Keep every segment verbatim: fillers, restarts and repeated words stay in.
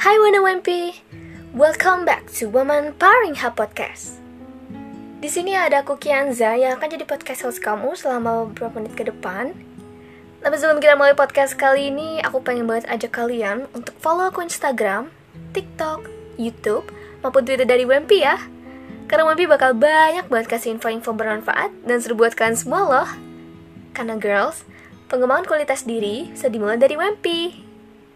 Hai Wana Wempi, welcome back to Woman Powering Hub Podcast. Di sini ada aku Kianza yang akan jadi podcast host kamu selama beberapa menit ke depan. Tapi sebelum kita mulai podcast kali ini, aku pengen banget ajak kalian untuk follow aku Instagram, TikTok, YouTube, maupun Twitter dari Wempi ya. Karena Wempi bakal banyak banget kasih info-info bermanfaat dan seru buat kalian semua loh. Karena girls, pengembangan kualitas diri bisa dimulai dari Wempi.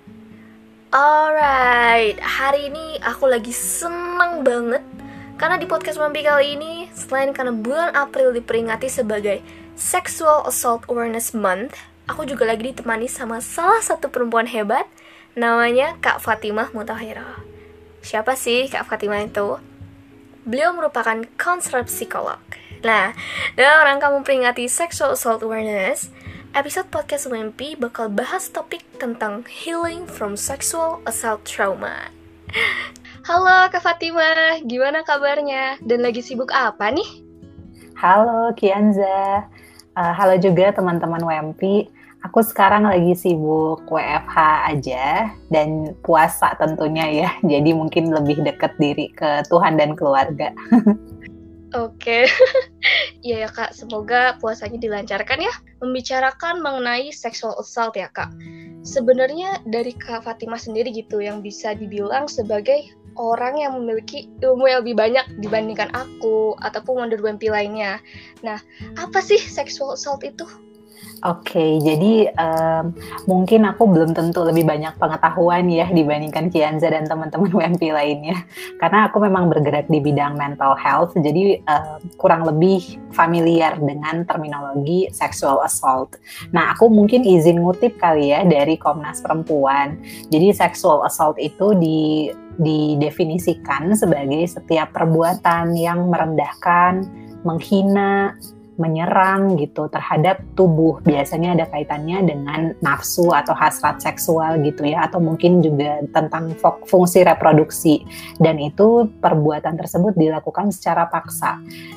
Alright, hari ini aku lagi seneng banget karena di podcast Wempi kali ini, selain karena bulan April diperingati sebagai Sexual Assault Awareness Month, aku juga lagi ditemani sama salah satu perempuan hebat, namanya Kak Fatimah Mutahhirah. Siapa sih Kak Fatimah itu? Beliau merupakan konselor psikolog. Nah, dalam rangka memperingati Sexual Assault Awareness, episode podcast Wempi bakal bahas topik tentang healing from sexual assault trauma. Halo Kak Fatimah, gimana kabarnya? Dan lagi sibuk apa nih? Halo Kianza, uh, halo juga teman-teman Wempi. Aku sekarang lagi sibuk W F H aja dan puasa tentunya ya. Jadi mungkin lebih dekat diri ke Tuhan dan keluarga. Oke, iya ya Kak, semoga puasanya dilancarkan ya. Membicarakan mengenai sexual assault ya Kak. Sebenarnya dari Kak Fatimah sendiri gitu yang bisa dibilang sebagai orang yang memiliki ilmu yang lebih banyak dibandingkan aku ataupun Wonder Wempi lainnya. Nah, apa sih sexual assault itu? Oke, jadi um, mungkin aku belum tentu lebih banyak pengetahuan ya dibandingkan Kianza dan teman-teman Wempi lainnya. Karena aku memang bergerak di bidang mental health, jadi uh, kurang lebih familiar dengan terminologi sexual assault. Nah, aku mungkin izin ngutip kali ya dari Komnas Perempuan. Jadi sexual assault itu di, didefinisikan sebagai setiap perbuatan yang merendahkan, menghina, menyerang gitu terhadap tubuh, biasanya ada kaitannya dengan nafsu atau hasrat seksual gitu ya, atau mungkin juga tentang fungsi reproduksi, dan itu perbuatan tersebut dilakukan secara paksa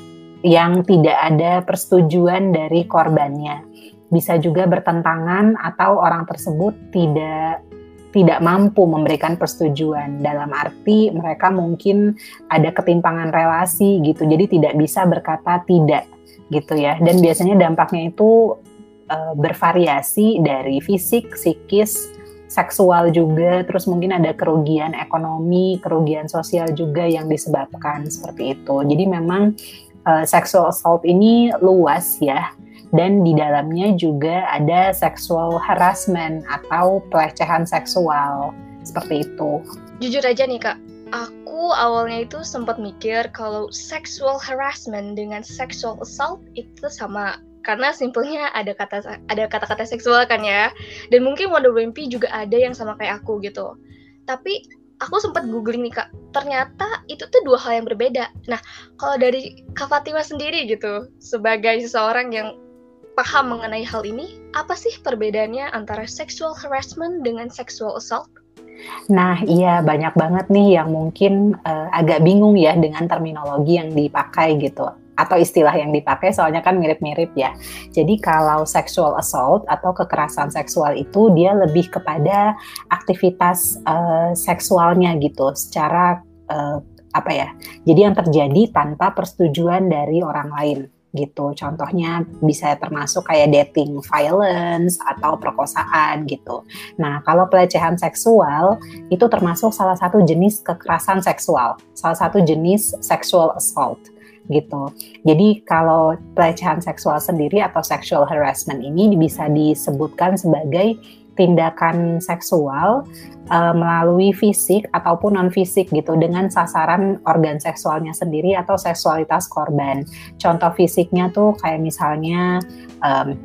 yang tidak ada persetujuan dari korbannya, bisa juga bertentangan atau orang tersebut tidak tidak mampu memberikan persetujuan, dalam arti mereka mungkin ada ketimpangan relasi gitu, jadi tidak bisa berkata tidak gitu ya. Dan biasanya dampaknya itu uh, bervariasi dari fisik, psikis, seksual juga, terus mungkin ada kerugian ekonomi, kerugian sosial juga yang disebabkan seperti itu. Jadi memang uh, sexual assault ini luas ya, dan di dalamnya juga ada sexual harassment atau pelecehan seksual seperti itu. Jujur aja nih Kak, aku awalnya itu sempat mikir kalau sexual harassment dengan sexual assault itu sama, karena simpelnya ada kata ada kata-kata seksual kan ya. Dan mungkin Wonder Wempi juga ada yang sama kayak aku gitu. Tapi aku sempat googling nih Kak, ternyata itu tuh dua hal yang berbeda. Nah, kalau dari Kak Fatimah sendiri gitu, sebagai seseorang yang paham mengenai hal ini, apa sih perbedaannya antara sexual harassment dengan sexual assault? Nah, iya banyak banget nih yang mungkin uh, agak bingung ya dengan terminologi yang dipakai gitu, atau istilah yang dipakai, soalnya kan mirip-mirip ya. Jadi kalau sexual assault atau kekerasan seksual itu dia lebih kepada aktivitas uh, seksualnya gitu, secara uh, apa ya? Jadi yang terjadi tanpa persetujuan dari orang lain gitu. Contohnya bisa termasuk kayak dating violence atau perkosaan gitu. Nah, kalau pelecehan seksual itu termasuk salah satu jenis kekerasan seksual, salah satu jenis sexual assault gitu. Jadi kalau pelecehan seksual sendiri atau sexual harassment ini bisa disebutkan sebagai tindakan seksual uh, melalui fisik ataupun non-fisik gitu, dengan sasaran organ seksualnya sendiri atau seksualitas korban. Contoh fisiknya tuh kayak misalnya um,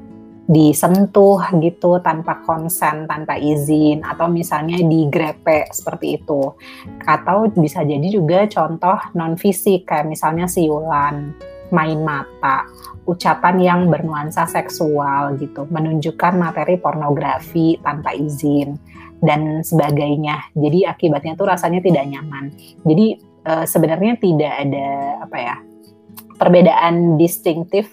disentuh gitu tanpa konsen, tanpa izin, atau misalnya digrepe seperti itu. Atau bisa jadi juga contoh non-fisik kayak misalnya siulan, main mata, ucapan yang bernuansa seksual gitu, menunjukkan materi pornografi tanpa izin dan sebagainya. Jadi akibatnya tuh rasanya tidak nyaman. Jadi e, sebenarnya tidak ada apa ya perbedaan distinktif,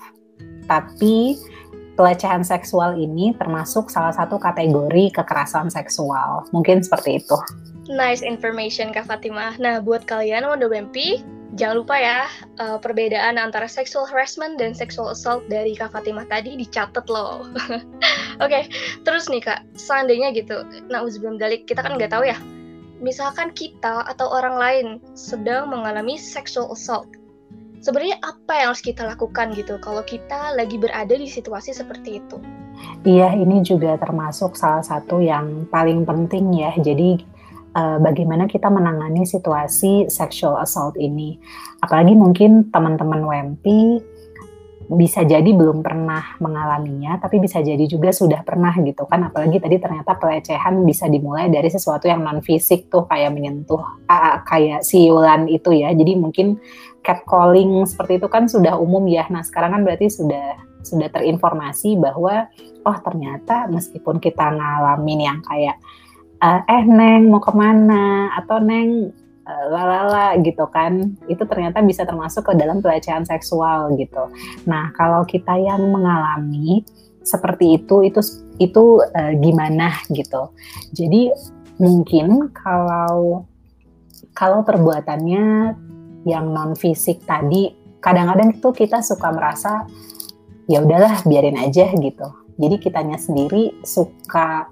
tapi pelecehan seksual ini termasuk salah satu kategori kekerasan seksual. Mungkin seperti itu. Nice information Kak Fatimah. Nah, buat kalian Wonder Wempi, jangan lupa ya, uh, perbedaan antara sexual harassment dan sexual assault dari Kak Fatimah tadi dicatat loh. Oke, okay, terus nih Kak, seandainya gitu, na'udzubillah dalik, kita kan nggak tahu ya, misalkan kita atau orang lain sedang mengalami sexual assault, sebenarnya apa yang harus kita lakukan gitu kalau kita lagi berada di situasi seperti itu? Iya, ini juga termasuk salah satu yang paling penting ya. Jadi Uh, bagaimana kita menangani situasi sexual assault ini. Apalagi mungkin teman-teman W M P bisa jadi belum pernah mengalaminya, tapi bisa jadi juga sudah pernah gitu kan. Apalagi tadi ternyata pelecehan bisa dimulai dari sesuatu yang non-fisik tuh, kayak menyentuh, uh, kayak siulan itu ya. Jadi mungkin catcalling seperti itu kan sudah umum ya. Nah sekarang kan berarti sudah sudah terinformasi bahwa oh ternyata meskipun kita ngalamin yang kayak Uh, eh Neng mau kemana atau Neng uh, lalala gitu kan, itu ternyata bisa termasuk ke dalam pelecehan seksual gitu. Nah kalau kita yang mengalami seperti itu itu itu uh, gimana gitu. Jadi mungkin kalau kalau perbuatannya yang non fisik tadi, kadang-kadang itu kita suka merasa ya udahlah biarin aja gitu. Jadi kitanya sendiri suka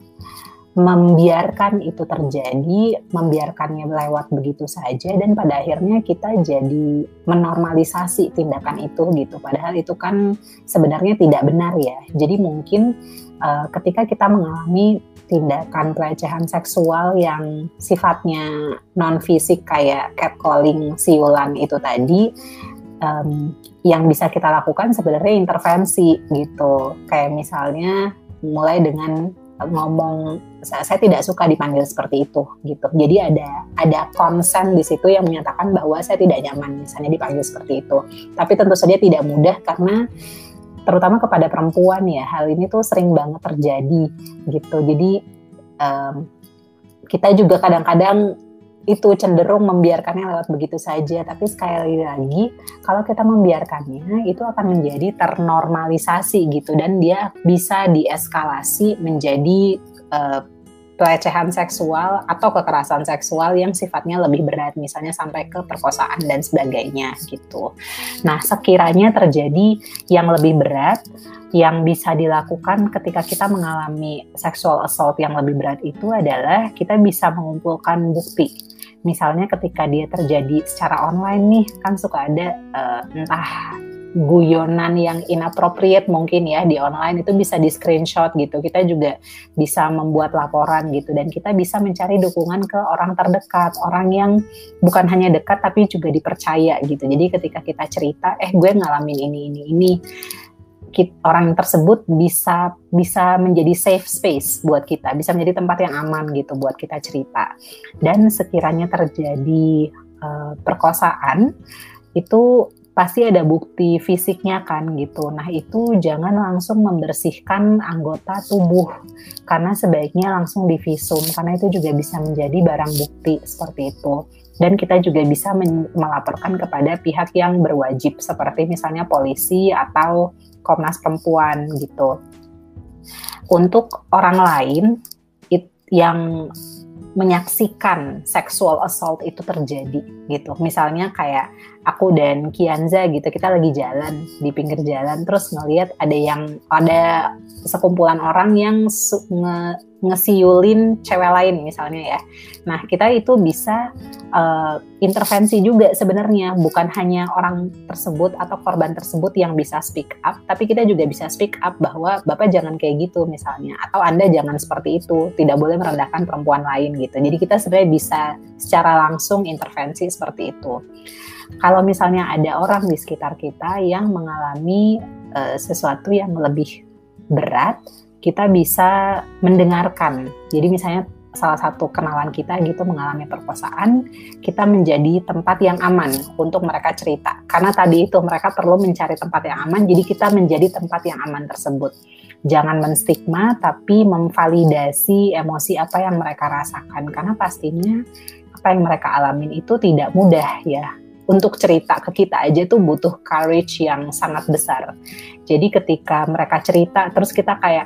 membiarkan itu terjadi, membiarkannya lewat begitu saja, dan pada akhirnya kita jadi menormalisasi tindakan itu gitu. Padahal itu kan sebenarnya tidak benar ya. Jadi mungkin uh, ketika kita mengalami tindakan pelecehan seksual yang sifatnya non-fisik kayak catcalling, siulan itu tadi, um, yang bisa kita lakukan sebenarnya intervensi gitu. Kayak misalnya mulai dengan ngomong, saya tidak suka dipanggil seperti itu gitu. Jadi ada ada konsen di situ yang menyatakan bahwa saya tidak nyaman misalnya dipanggil seperti itu. Tapi tentu saja tidak mudah karena terutama kepada perempuan ya, hal ini tuh sering banget terjadi gitu. Jadi um, kita juga kadang-kadang itu cenderung membiarkannya lewat begitu saja. Tapi sekali lagi, kalau kita membiarkannya, itu akan menjadi ternormalisasi gitu. Dan dia bisa dieskalasi menjadi uh, pelecehan seksual atau kekerasan seksual yang sifatnya lebih berat. Misalnya sampai ke perkosaan dan sebagainya gitu. Nah, sekiranya terjadi yang lebih berat, yang bisa dilakukan ketika kita mengalami sexual assault yang lebih berat itu adalah kita bisa mengumpulkan bukti. Misalnya ketika dia terjadi secara online nih, kan suka ada uh, entah guyonan yang inappropriate mungkin ya di online, itu bisa di screenshot gitu. Kita juga bisa membuat laporan gitu, dan kita bisa mencari dukungan ke orang terdekat, orang yang bukan hanya dekat tapi juga dipercaya gitu. Jadi ketika kita cerita, eh gue ngalamin ini ini ini, orang tersebut bisa bisa menjadi safe space buat kita, bisa menjadi tempat yang aman gitu buat kita cerita. Dan sekiranya terjadi uh, perkosaan, itu pasti ada bukti fisiknya kan gitu. Nah itu jangan langsung membersihkan anggota tubuh, karena sebaiknya langsung divisum, karena itu juga bisa menjadi barang bukti seperti itu. Dan kita juga bisa men- melaporkan kepada pihak yang berwajib, seperti misalnya polisi atau Komnas Perempuan gitu. Untuk orang lain it, yang menyaksikan sexual assault itu terjadi gitu. Misalnya kayak aku dan Kianza gitu, kita lagi jalan di pinggir jalan, terus ngelihat ada yang ada sekumpulan orang yang su- nge- ngesiulin cewek lain misalnya ya. Nah kita itu bisa uh, intervensi juga sebenarnya, bukan hanya orang tersebut atau korban tersebut yang bisa speak up, tapi kita juga bisa speak up bahwa Bapak jangan kayak gitu misalnya, atau Anda jangan seperti itu, tidak boleh merendahkan perempuan lain gitu. Jadi kita sebenarnya bisa secara langsung intervensi seperti itu. Kalau misalnya ada orang di sekitar kita yang mengalami uh, sesuatu yang lebih berat, kita bisa mendengarkan. Jadi misalnya salah satu kenalan kita gitu mengalami perkosaan, kita menjadi tempat yang aman untuk mereka cerita. Karena tadi itu mereka perlu mencari tempat yang aman, jadi kita menjadi tempat yang aman tersebut. Jangan menstigma, tapi memvalidasi emosi apa yang mereka rasakan. Karena pastinya apa yang mereka alamin itu tidak mudah ya. Untuk cerita ke kita aja tuh butuh courage yang sangat besar. Jadi ketika mereka cerita, terus kita kayak,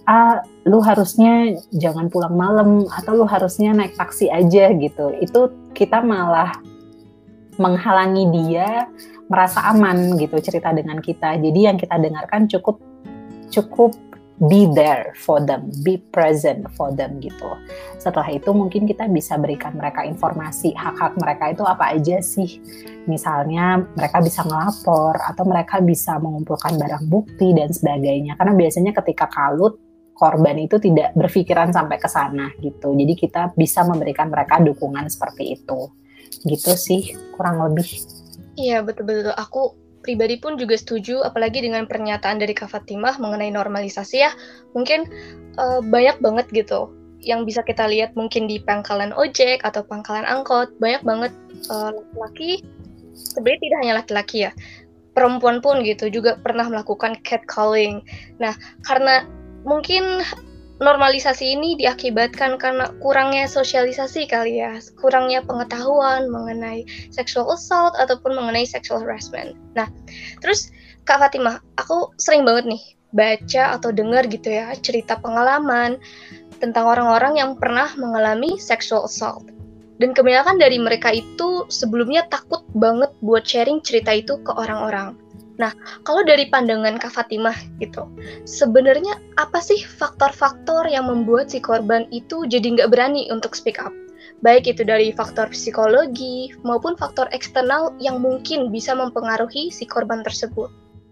ah lu harusnya jangan pulang malam atau lu harusnya naik taksi aja gitu. Itu kita malah menghalangi dia merasa aman gitu cerita dengan kita. Jadi yang kita dengarkan cukup cukup be there for them, be present for them gitu. Setelah itu mungkin kita bisa berikan mereka informasi hak-hak mereka itu apa aja sih. Misalnya mereka bisa ngelapor atau mereka bisa mengumpulkan barang bukti dan sebagainya. Karena biasanya ketika kalut, korban itu tidak berpikiran sampai ke sana gitu. Jadi kita bisa memberikan mereka dukungan seperti itu. Gitu sih kurang lebih. Iya, betul-betul. Aku pribadi pun juga setuju, apalagi dengan pernyataan dari Kak Fatimah mengenai normalisasi ya. Mungkin uh, banyak banget gitu yang bisa kita lihat mungkin di pangkalan ojek atau pangkalan angkot. Banyak banget uh, laki-laki, sebenarnya tidak hanya laki-laki ya, perempuan pun gitu juga pernah melakukan catcalling. Nah, karena mungkin normalisasi ini diakibatkan karena kurangnya sosialisasi kali ya, kurangnya pengetahuan mengenai sexual assault ataupun mengenai sexual harassment. Nah, terus Kak Fatimah, aku sering banget nih baca atau dengar gitu ya cerita pengalaman tentang orang-orang yang pernah mengalami sexual assault. Dan kebanyakan dari mereka itu sebelumnya takut banget buat sharing cerita itu ke orang-orang. Nah, kalau dari pandangan Kak Fatimah gitu, sebenarnya apa sih faktor-faktor yang membuat si korban itu jadi nggak berani untuk speak up? Baik itu dari faktor psikologi maupun faktor eksternal yang mungkin bisa mempengaruhi si korban tersebut.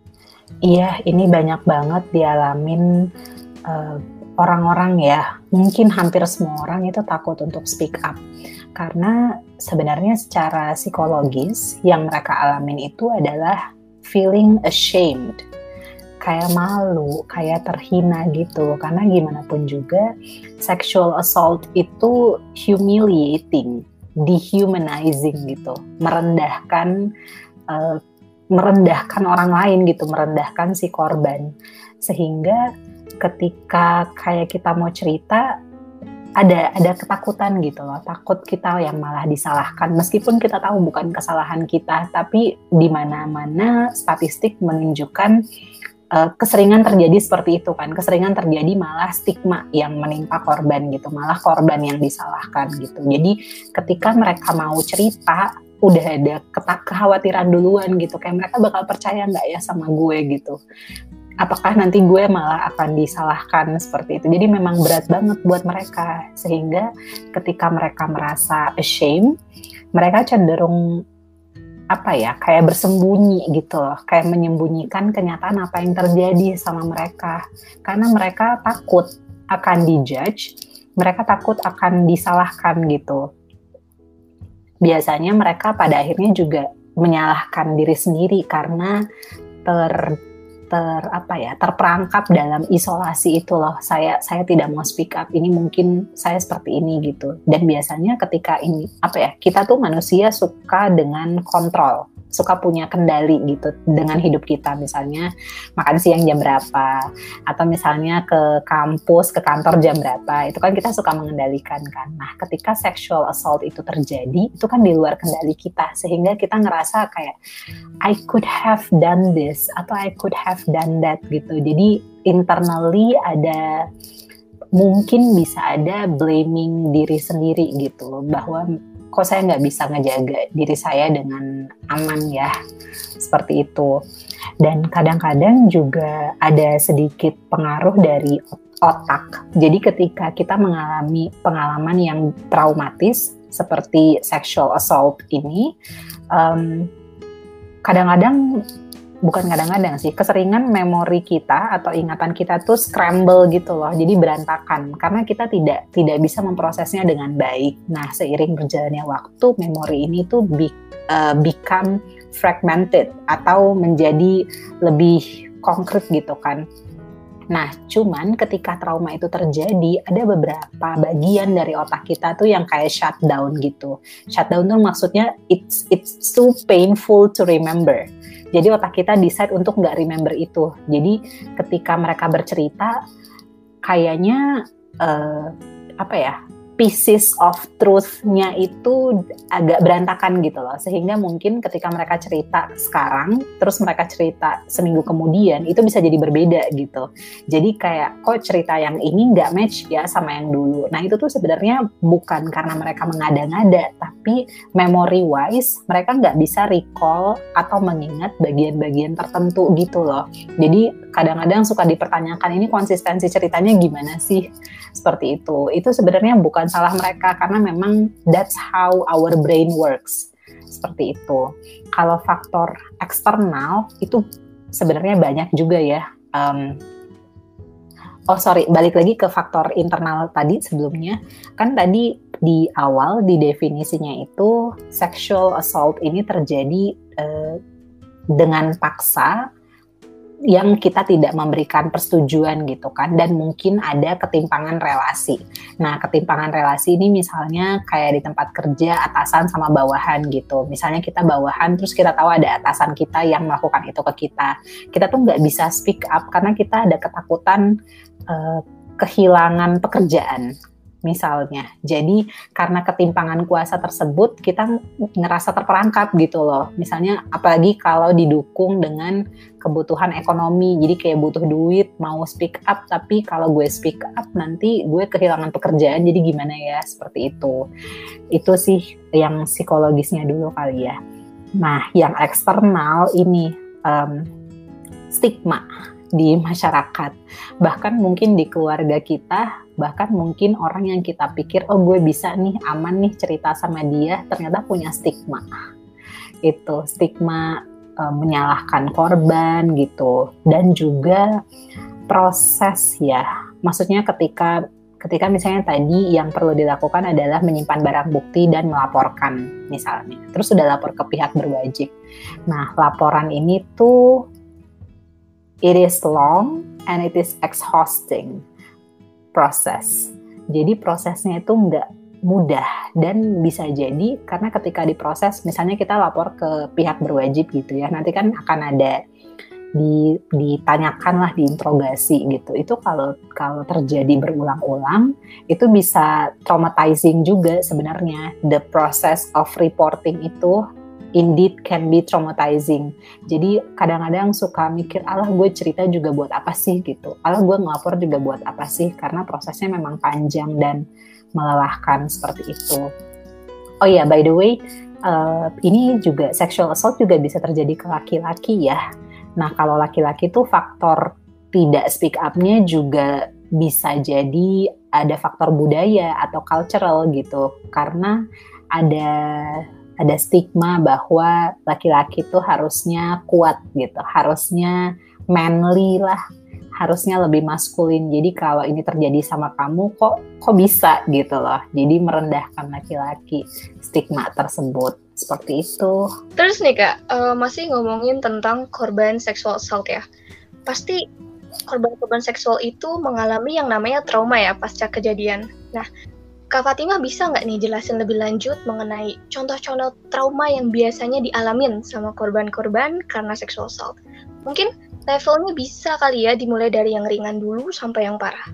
Iya, ini banyak banget dialamin uh, orang-orang ya. Mungkin hampir semua orang itu takut untuk speak up. Karena sebenarnya secara psikologis yang mereka alamin itu adalah feeling ashamed, kayak malu, kayak terhina gitu. Karena gimana pun juga, sexual assault itu humiliating, dehumanizing gitu, merendahkan, uh, merendahkan orang lain gitu, merendahkan si korban. Sehingga ketika kayak kita mau cerita, ada ada ketakutan gitu loh, takut kita yang malah disalahkan meskipun kita tahu bukan kesalahan kita, tapi di mana-mana statistik menunjukkan uh, keseringan terjadi seperti itu kan, keseringan terjadi malah stigma yang menimpa korban gitu, malah korban yang disalahkan gitu. Jadi ketika mereka mau cerita udah ada kekhawatiran duluan gitu, kayak mereka bakal percaya nggak ya sama gue gitu. Apakah nanti gue malah akan disalahkan seperti itu. Jadi memang berat banget buat mereka. Sehingga ketika mereka merasa ashamed, mereka cenderung apa ya, kayak bersembunyi gitu loh. Kayak menyembunyikan kenyataan apa yang terjadi sama mereka. Karena mereka takut akan dijudge, mereka takut akan disalahkan gitu. Biasanya mereka pada akhirnya juga menyalahkan diri sendiri karena ter ter apa ya terperangkap dalam isolasi itu loh. Saya saya tidak mau speak up, ini mungkin saya seperti ini gitu. Dan biasanya ketika ini apa ya, kita tuh manusia suka dengan kontrol, suka punya kendali gitu dengan hidup kita. Misalnya makan siang jam berapa, atau misalnya ke kampus, ke kantor jam berapa, itu kan kita suka mengendalikan kan. Nah ketika sexual assault itu terjadi, itu kan di luar kendali kita, sehingga kita ngerasa kayak I could have done this atau I could have done that gitu. Jadi internally ada, mungkin bisa ada blaming diri sendiri gitu, bahwa kok saya nggak bisa ngejaga diri saya dengan aman ya, seperti itu. Dan kadang-kadang juga ada sedikit pengaruh dari otak. Jadi ketika kita mengalami pengalaman yang traumatis seperti sexual assault ini, um, kadang-kadang, bukan kadang-kadang sih, keseringan memori kita atau ingatan kita tuh scramble gitu loh, jadi berantakan karena kita tidak tidak bisa memprosesnya dengan baik. Nah seiring berjalannya waktu, memori ini tuh be, uh, become fragmented atau menjadi lebih konkret gitu kan. Nah, cuman ketika trauma itu terjadi, ada beberapa bagian dari otak kita tuh yang kayak shutdown gitu. Shutdown tuh maksudnya it's it's too painful to remember. Jadi otak kita decide untuk nggak remember itu. Jadi ketika mereka bercerita, kayaknya uh, apa ya? pieces of truth-nya itu agak berantakan gitu loh, sehingga mungkin ketika mereka cerita sekarang, terus mereka cerita seminggu kemudian, itu bisa jadi berbeda gitu. Jadi kayak, kok cerita yang ini nggak match ya sama yang dulu. Nah itu tuh sebenarnya bukan karena mereka mengada-ngada, tapi memory-wise mereka nggak bisa recall atau mengingat bagian-bagian tertentu gitu loh. Jadi kadang-kadang suka dipertanyakan, ini konsistensi ceritanya gimana sih? Seperti itu. Itu sebenarnya bukan salah mereka, karena memang that's how our brain works. Seperti itu. Kalau faktor eksternal itu sebenarnya banyak juga ya. Um, oh sorry, balik lagi ke faktor internal tadi sebelumnya. Kan tadi di awal di definisinya itu sexual assault ini terjadi uh, dengan paksa, yang kita tidak memberikan persetujuan gitu kan, dan mungkin ada ketimpangan relasi. Nah, ketimpangan relasi ini misalnya kayak di tempat kerja atasan sama bawahan gitu. Misalnya kita bawahan, terus kita tahu ada atasan kita yang melakukan itu ke kita. Kita tuh nggak bisa speak up karena kita ada ketakutan uh, kehilangan pekerjaan. Misalnya, jadi karena ketimpangan kuasa tersebut kita ngerasa terperangkap gitu loh. Misalnya apalagi kalau didukung dengan kebutuhan ekonomi, jadi kayak butuh duit, mau speak up, tapi kalau gue speak up nanti gue kehilangan pekerjaan, jadi gimana ya, seperti itu. Itu sih yang psikologisnya dulu kali ya. Nah, yang eksternal ini um, stigma di masyarakat, bahkan mungkin di keluarga kita, bahkan mungkin orang yang kita pikir, oh gue bisa nih, aman nih cerita sama dia, ternyata punya stigma. Itu stigma e, menyalahkan korban gitu, dan juga proses ya, maksudnya ketika ketika misalnya tadi yang perlu dilakukan adalah menyimpan barang bukti dan melaporkan misalnya, terus sudah lapor ke pihak berwajib. Nah, laporan ini tuh it is long and it is exhausting proses. Jadi prosesnya itu nggak mudah, dan bisa jadi karena ketika diproses, misalnya kita lapor ke pihak berwajib gitu ya, nanti kan akan ada di, ditanyakan lah, diinterogasi gitu. Itu kalau kalau terjadi berulang-ulang, itu bisa traumatizing juga sebenarnya. The process of reporting itu indeed can be traumatizing. Jadi kadang-kadang suka mikir, alah gue cerita juga buat apa sih gitu. Alah gue ngelapor juga buat apa sih, karena prosesnya memang panjang dan melelahkan seperti itu. Oh ya, yeah, by the way, uh, ini juga sexual assault juga bisa terjadi ke laki-laki ya. Nah, kalau laki-laki tuh faktor tidak speak up-nya juga bisa jadi ada faktor budaya atau cultural gitu. Karena ada ada stigma bahwa laki-laki tuh harusnya kuat gitu, harusnya manly lah, harusnya lebih maskulin. Jadi kalau ini terjadi sama kamu, kok kok bisa gitu loh. Jadi merendahkan laki-laki, stigma tersebut seperti itu. Terus nih Kak, uh, masih ngomongin tentang korban sexual assault ya. Pasti korban-korban seksual itu mengalami yang namanya trauma ya pasca kejadian. Nah, Kak Fatimah bisa nggak nih jelasin lebih lanjut mengenai contoh-contoh trauma yang biasanya dialamin sama korban-korban karena sexual assault? Mungkin levelnya bisa kali ya dimulai dari yang ringan dulu sampai yang parah.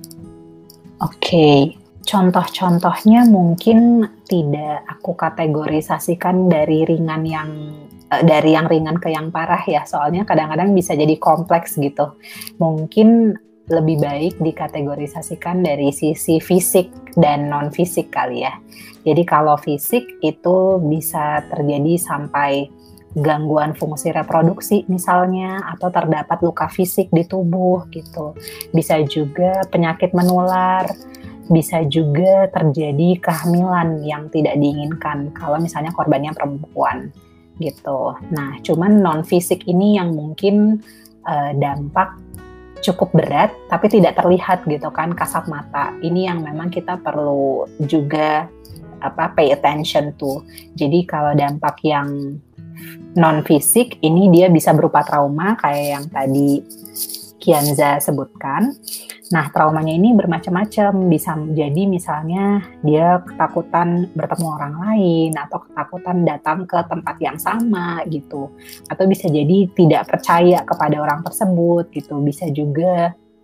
Oke, okay. Contoh-contohnya mungkin tidak aku kategorisasikan dari ringan yang uh, dari yang ringan ke yang parah ya, soalnya kadang-kadang bisa jadi kompleks gitu. Mungkin lebih baik dikategorisasikan dari sisi fisik dan non-fisik kali ya. Jadi kalau fisik itu bisa terjadi sampai gangguan fungsi reproduksi misalnya, atau terdapat luka fisik di tubuh gitu. Bisa juga penyakit menular, bisa juga terjadi kehamilan yang tidak diinginkan kalau misalnya korbannya perempuan gitu. Nah, cuman non-fisik ini yang mungkin uh, dampak cukup berat tapi tidak terlihat gitu kan, kasat mata. Ini yang memang kita perlu juga apa pay attention to. Jadi kalau dampak yang non fisik ini dia bisa berupa trauma kayak yang tadi Kianza sebutkan. Nah, traumanya ini bermacam-macam, bisa jadi misalnya dia ketakutan bertemu orang lain, atau ketakutan datang ke tempat yang sama gitu, atau bisa jadi tidak percaya kepada orang tersebut gitu. Bisa juga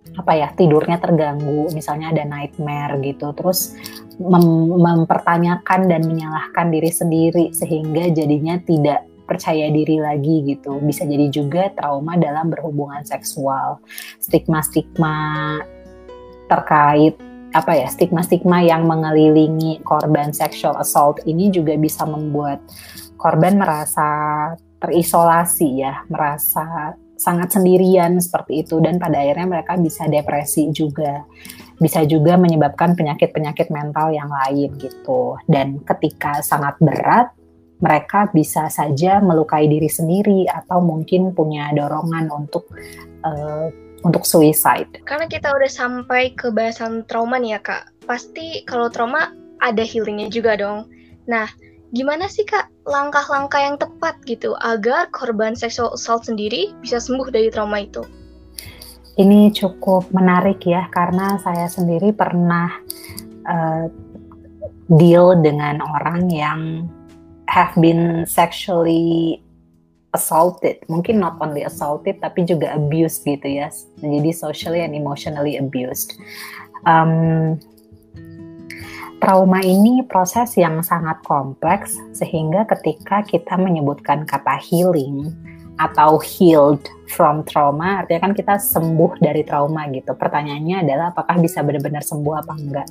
apa ya, tidurnya terganggu, misalnya ada nightmare gitu, terus mem- mempertanyakan dan menyalahkan diri sendiri sehingga jadinya tidak percaya diri lagi gitu. Bisa jadi juga trauma dalam berhubungan seksual, stigma-stigma terkait apa ya, stigma-stigma yang mengelilingi korban sexual assault ini juga bisa membuat korban merasa terisolasi ya, merasa sangat sendirian seperti itu, dan pada akhirnya mereka bisa depresi juga, bisa juga menyebabkan penyakit-penyakit mental yang lain gitu. Dan ketika sangat berat, mereka bisa saja melukai diri sendiri atau mungkin punya dorongan untuk uh, untuk suicide. Karena kita udah sampai ke bahasan trauma nih ya Kak, pasti kalau trauma ada healingnya juga dong. Nah, gimana sih Kak langkah-langkah yang tepat gitu agar korban sexual assault sendiri bisa sembuh dari trauma itu? Ini cukup menarik ya, karena saya sendiri pernah uh, deal dengan orang yang have been sexually assaulted, mungkin not only assaulted tapi juga abused gitu ya, jadi socially and emotionally abused. Um, Trauma ini proses yang sangat kompleks, sehingga ketika kita menyebutkan kata healing atau healed from trauma, artinya kan kita sembuh dari trauma gitu. Pertanyaannya adalah apakah bisa benar-benar sembuh apa enggak?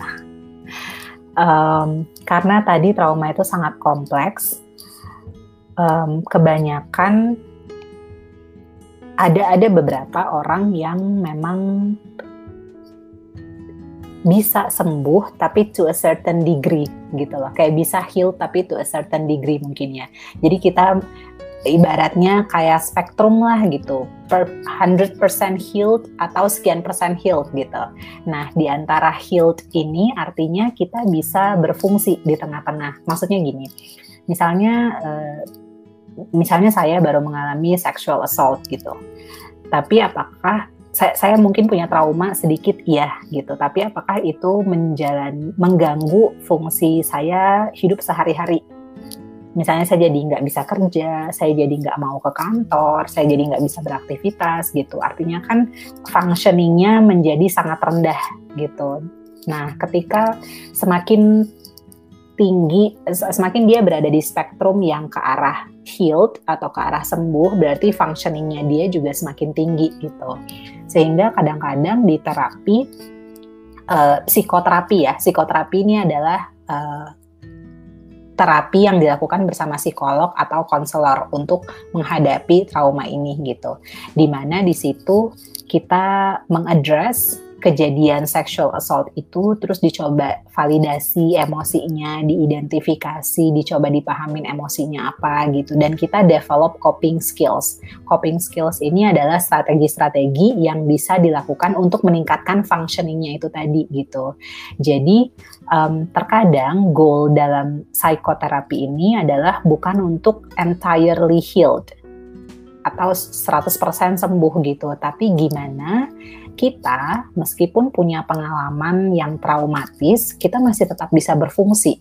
Um, karena tadi trauma itu sangat kompleks, um, kebanyakan ada ada beberapa orang yang memang bisa sembuh tapi to a certain degree gitu loh, kayak bisa heal tapi to a certain degree mungkin ya. Jadi kita ibaratnya kayak spektrum lah gitu, per one hundred percent healed atau sekian persen healed gitu. Nah, di antara healed ini artinya kita bisa berfungsi di tengah-tengah. Maksudnya gini, misalnya uh, misalnya saya baru mengalami sexual assault gitu, tapi apakah Saya, saya mungkin punya trauma sedikit, iya gitu. Tapi apakah itu menjalan, mengganggu fungsi saya hidup sehari-hari? Misalnya saya jadi nggak bisa kerja, saya jadi nggak mau ke kantor, saya jadi nggak bisa beraktivitas gitu. Artinya kan functioning-nya menjadi sangat rendah gitu. Nah, ketika semakin tinggi, semakin dia berada di spektrum yang ke arah healed atau ke arah sembuh, berarti functioning-nya dia juga semakin tinggi gitu. Sehingga kadang-kadang di terapi, uh, psikoterapi ya, psikoterapi ini adalah uh, terapi yang dilakukan bersama psikolog atau konselor untuk menghadapi trauma ini gitu. Dimana di situ kita mengadres kejadian sexual assault itu, terus dicoba validasi emosinya, diidentifikasi, dicoba dipahamin emosinya apa gitu, dan kita develop coping skills. Coping skills ini adalah strategi-strategi yang bisa dilakukan untuk meningkatkan functioning-nya itu tadi gitu. Jadi um, terkadang goal dalam psikoterapi ini adalah bukan untuk entirely healed atau seratus persen sembuh gitu, tapi gimana kita meskipun punya pengalaman yang traumatis, kita masih tetap bisa berfungsi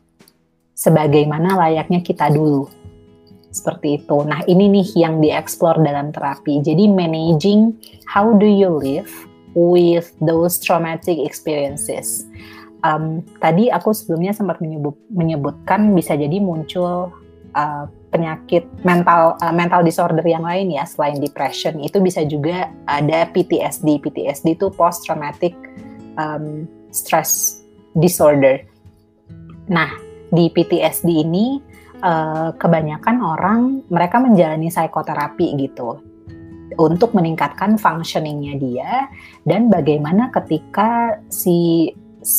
sebagaimana layaknya kita dulu. Seperti itu. Nah, ini nih yang dieksplor dalam terapi. Jadi managing how do you live with those traumatic experiences. Um, tadi aku sebelumnya sempat menyebut, menyebutkan bisa jadi muncul uh, penyakit mental uh, mental disorder yang lain ya, selain depression. Itu bisa juga ada P T S D. P T S D itu post traumatic um, stress disorder. Nah, di P T S D ini uh, kebanyakan orang mereka menjalani psikoterapi gitu untuk meningkatkan functioning-nya dia, dan bagaimana ketika si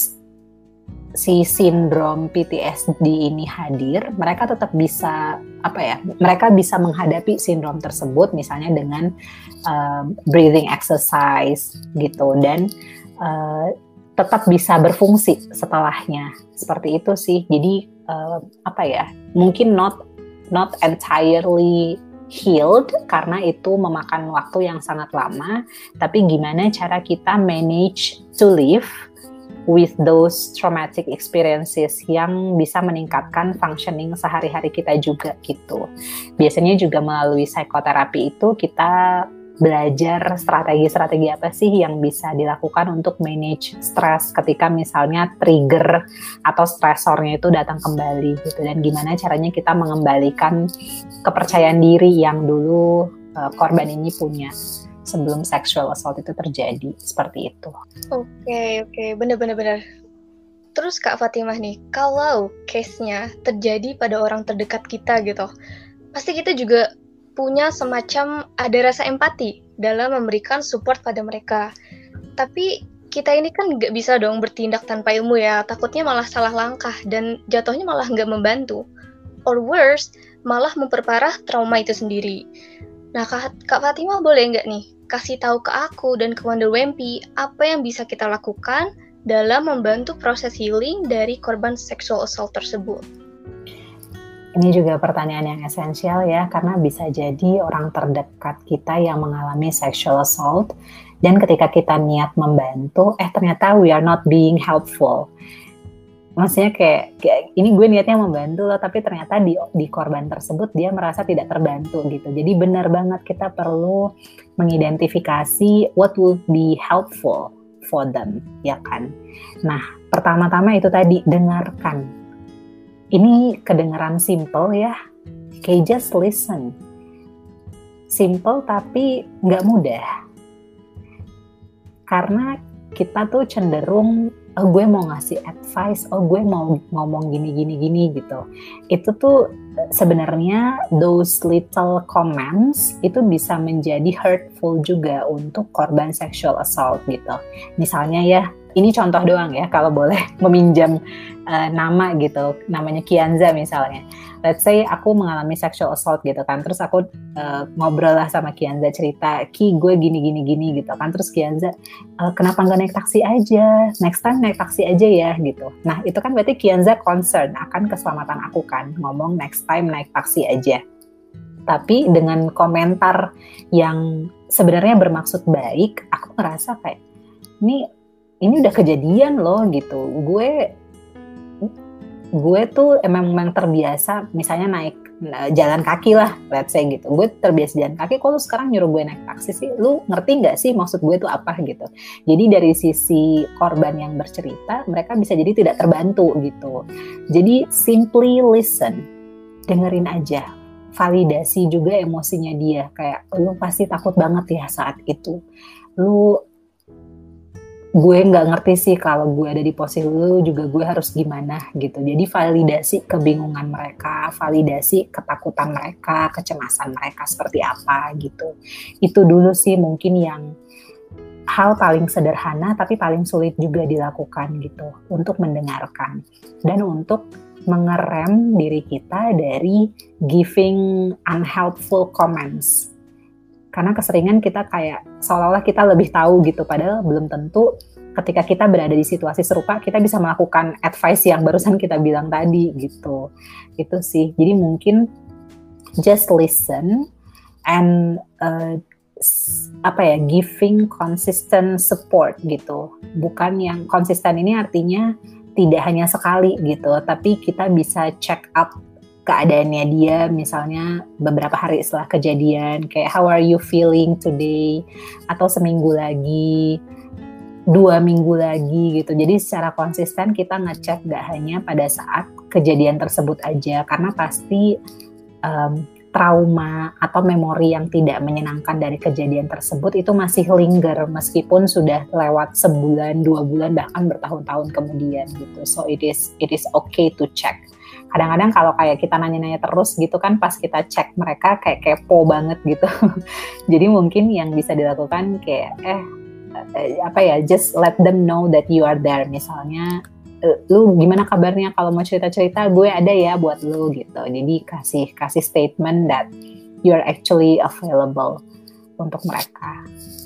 si sindrom P T S D ini hadir, mereka tetap bisa apa ya? Mereka bisa menghadapi sindrom tersebut, misalnya dengan uh, breathing exercise gitu, dan uh, tetap bisa berfungsi setelahnya. Seperti itu sih. Jadi uh, apa ya? Mungkin not not entirely healed karena itu memakan waktu yang sangat lama, tapi gimana cara kita manage to live with those traumatic experiences yang bisa meningkatkan functioning sehari-hari kita juga gitu. Biasanya juga melalui psikoterapi itu kita belajar strategi-strategi apa sih yang bisa dilakukan untuk manage stres ketika misalnya trigger atau stresornya itu datang kembali gitu, dan gimana caranya kita mengembalikan kepercayaan diri yang dulu uh, korban ini punya sebelum sexual assault itu terjadi, seperti itu. Oke, oke, benar-benar benar. Terus Kak Fatimah nih, kalau case-nya terjadi pada orang terdekat kita gitu, pasti kita juga punya semacam ada rasa empati dalam memberikan support pada mereka. Tapi kita ini kan nggak bisa dong bertindak tanpa ilmu ya, takutnya malah salah langkah dan jatuhnya malah nggak membantu. Or worse, malah memperparah trauma itu sendiri. Nah, Kak, Kak Fatimah boleh nggak nih kasih tahu ke aku dan ke Wonder Wempy apa yang bisa kita lakukan dalam membantu proses healing dari korban sexual assault tersebut? Ini juga pertanyaan yang esensial ya, karena bisa jadi orang terdekat kita yang mengalami sexual assault, dan ketika kita niat membantu, eh ternyata we are not being helpful. Maksudnya kayak, kayak ini gue niatnya membantu loh, tapi ternyata di, di korban tersebut dia merasa tidak terbantu gitu. Jadi benar banget kita perlu mengidentifikasi what will be helpful for them, ya kan. Nah, pertama-tama itu tadi, dengarkan. Ini kedengaran simple ya, kayak just listen. Simple tapi nggak mudah. Karena kita tuh cenderung, oh gue mau ngasih advice, oh gue mau ngomong gini-gini-gini gitu. Itu tuh sebenarnya those little comments itu bisa menjadi hurtful juga untuk korban sexual assault gitu. Misalnya ya, ini contoh doang ya, kalau boleh meminjam uh, nama gitu, namanya Kianza misalnya. Let's say aku mengalami sexual assault gitu kan, terus aku uh, ngobrol lah sama Kianza, cerita, Ki gue gini-gini-gini gitu kan, terus Kianza, e, kenapa nggak naik taksi aja, next time naik taksi aja ya gitu. Nah itu kan berarti Kianza concern akan keselamatan aku kan, ngomong next time naik taksi aja. Tapi dengan komentar yang sebenarnya bermaksud baik, aku ngerasa kayak, ini ini udah kejadian loh gitu. Gue gue tuh emang, emang terbiasa misalnya naik jalan kaki lah, let's say gitu. Gue terbiasa jalan kaki, kok lu sekarang nyuruh gue naik taksi sih? Lu ngerti nggak sih maksud gue tuh apa gitu? Jadi dari sisi korban yang bercerita, mereka bisa jadi tidak terbantu gitu. Jadi simply listen, dengerin aja. Validasi juga emosinya dia, kayak lu pasti takut banget ya saat itu. Lu gue nggak ngerti sih kalau gue ada di posisi lu juga gue harus gimana gitu. Jadi validasi kebingungan mereka, validasi ketakutan mereka, kecemasan mereka seperti apa gitu. Itu dulu sih mungkin yang hal paling sederhana tapi paling sulit juga dilakukan gitu, untuk mendengarkan dan untuk mengerem diri kita dari giving unhelpful comments. Karena keseringan kita kayak seolah-olah kita lebih tahu gitu, padahal belum tentu ketika kita berada di situasi serupa kita bisa melakukan advice yang barusan kita bilang tadi gitu. Itu sih. Jadi mungkin just listen and uh, apa ya, giving consistent support gitu. Bukan yang konsisten ini artinya tidak hanya sekali gitu, tapi kita bisa check up keadaannya dia, misalnya beberapa hari setelah kejadian, kayak how are you feeling today, atau seminggu lagi, dua minggu lagi gitu. Jadi secara konsisten kita ngecek gak hanya pada saat kejadian tersebut aja, karena pasti um, trauma atau memori yang tidak menyenangkan dari kejadian tersebut itu masih linger meskipun sudah lewat sebulan, dua bulan, bahkan bertahun-tahun kemudian gitu. So it is it is okay to check. Kadang-kadang kalau kayak kita nanya-nanya terus gitu kan, pas kita cek mereka kayak kepo banget gitu. Jadi mungkin yang bisa dilakukan kayak eh, eh apa ya, just let them know that you are there. Misalnya, lu gimana kabarnya, kalau mau cerita-cerita gue ada ya buat lu gitu. Jadi kasih kasih statement that you are actually available untuk mereka.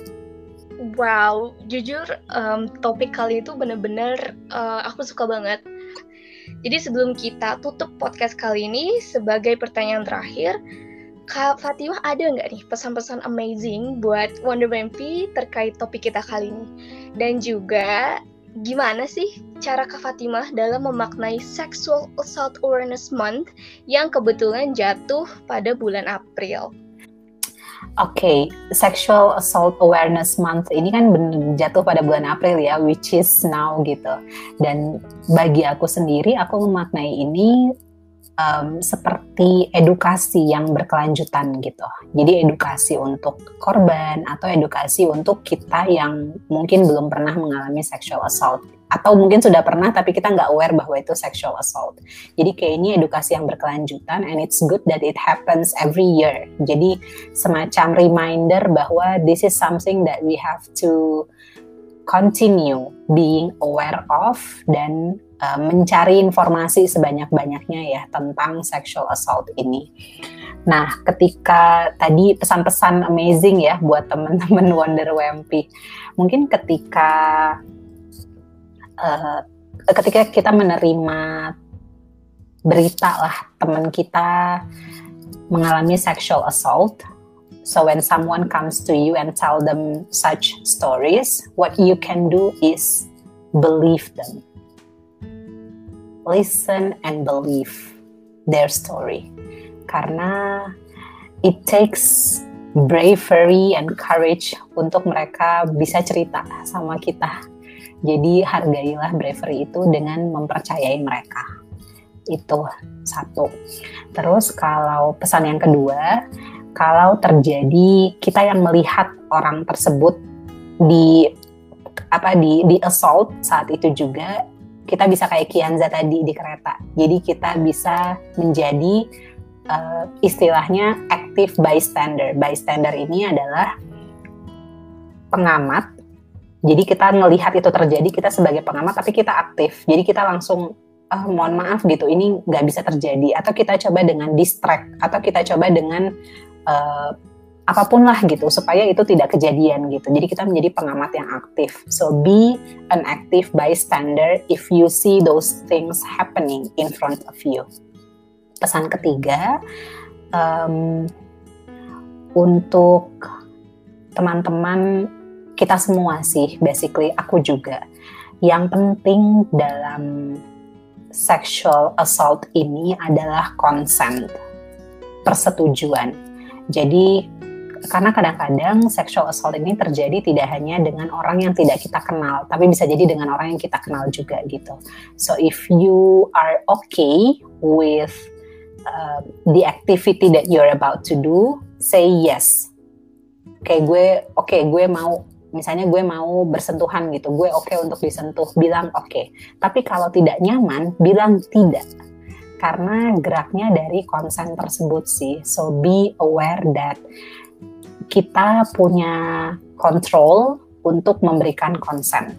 Wow, jujur um, topik kali itu benar-benar uh, aku suka banget. Jadi sebelum kita tutup podcast kali ini, sebagai pertanyaan terakhir, Kak Fatimah ada nggak nih pesan-pesan amazing buat Wonder Wempy terkait topik kita kali ini? Dan juga gimana sih cara Kak Fatimah dalam memaknai Sexual Assault Awareness Month yang kebetulan jatuh pada bulan April? Oke, okay. Sexual Assault Awareness Month ini kan bener jatuh pada bulan April ya, which is now gitu. Dan bagi aku sendiri, aku memaknai ini um, seperti edukasi yang berkelanjutan gitu. Jadi edukasi untuk korban atau edukasi untuk kita yang mungkin belum pernah mengalami sexual assault. Atau mungkin sudah pernah tapi kita nggak aware bahwa itu sexual assault. Jadi kayak ini edukasi yang berkelanjutan, and it's good that it happens every year. Jadi semacam reminder bahwa this is something that we have to continue being aware of dan uh, mencari informasi sebanyak-banyaknya ya tentang sexual assault ini. Nah, ketika tadi pesan-pesan amazing ya buat teman-teman Wonder W M P, mungkin ketika Uh, ketika kita menerima berita lah teman kita mengalami sexual assault, so when someone comes to you and tell them such stories, what you can do is believe them. Listen and believe their story. Karena it takes bravery and courage untuk mereka bisa cerita sama kita. Jadi hargailah bravery itu dengan mempercayai mereka. Itu satu. Terus kalau pesan yang kedua, kalau terjadi kita yang melihat orang tersebut di apa di di assault saat itu juga, kita bisa kayak Kianza tadi di kereta. Jadi kita bisa menjadi uh, istilahnya active bystander. Bystander ini adalah pengamat. Jadi kita ngelihat itu terjadi, kita sebagai pengamat, tapi kita aktif. Jadi kita langsung, oh, mohon maaf gitu, ini nggak bisa terjadi. Atau kita coba dengan distract, atau kita coba dengan uh, apapun lah gitu, supaya itu tidak kejadian gitu. Jadi kita menjadi pengamat yang aktif. So be an active bystander if you see those things happening in front of you. Pesan ketiga, um, untuk teman-teman kita semua sih, basically aku juga. Yang penting dalam sexual assault ini adalah consent, persetujuan. Jadi karena kadang-kadang sexual assault ini terjadi tidak hanya dengan orang yang tidak kita kenal, tapi bisa jadi dengan orang yang kita kenal juga gitu. So if you are okay with uh, the activity that you're about to do, say yes. Kayak gue, oke okay, gue mau. Misalnya gue mau bersentuhan gitu, gue oke okay untuk disentuh, bilang oke. Okay. Tapi kalau tidak nyaman, bilang tidak. Karena geraknya dari consent tersebut sih. So be aware that kita punya control untuk memberikan consent.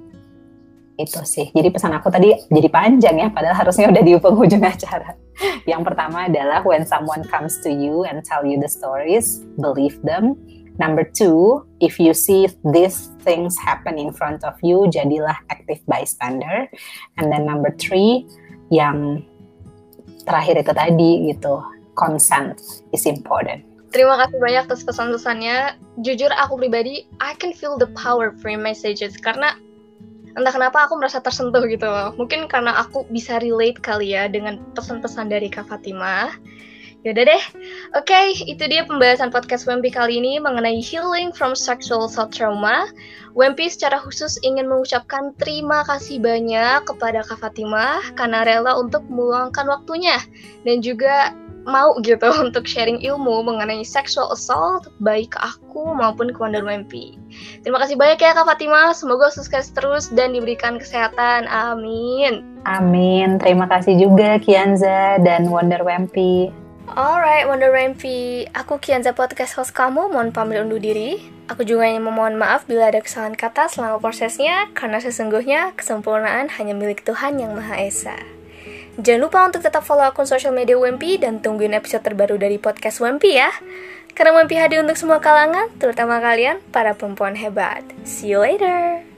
Itu sih. Jadi pesan aku tadi jadi panjang ya, padahal harusnya udah di penghujung acara. Yang pertama adalah when someone comes to you and tell you the stories, believe them. Number two, if you see these things happen in front of you, jadilah active bystander. And then number three, yang terakhir itu tadi gitu, consent is important. Terima kasih banyak atas pesan-pesannya. Jujur aku pribadi, I can feel the power from messages. Karena entah kenapa aku merasa tersentuh gitu loh. Mungkin karena aku bisa relate kali ya dengan pesan-pesan dari Kak Fatimah. Yaudah deh, oke, okay, itu dia pembahasan podcast W M P kali ini mengenai healing from sexual assault trauma. W M P secara khusus ingin mengucapkan terima kasih banyak kepada Kak Fatimah karena rela untuk meluangkan waktunya dan juga mau gitu untuk sharing ilmu mengenai sexual assault baik ke aku maupun ke Wonder W M P. Terima kasih banyak ya Kak Fatimah, semoga sukses terus dan diberikan kesehatan, amin. Amin, terima kasih juga Kianza dan Wonder W M P. Alright, Wonder W M P, aku Kianza podcast host kamu, mohon pamit undur diri. Aku juga ingin memohon maaf bila ada kesalahan kata selama prosesnya, karena sesungguhnya kesempurnaan hanya milik Tuhan Yang Maha Esa. Jangan lupa untuk tetap follow akun sosial media W M P dan tungguin episode terbaru dari podcast W M P ya. Karena W M P hadir untuk semua kalangan, terutama kalian, para perempuan hebat. See you later!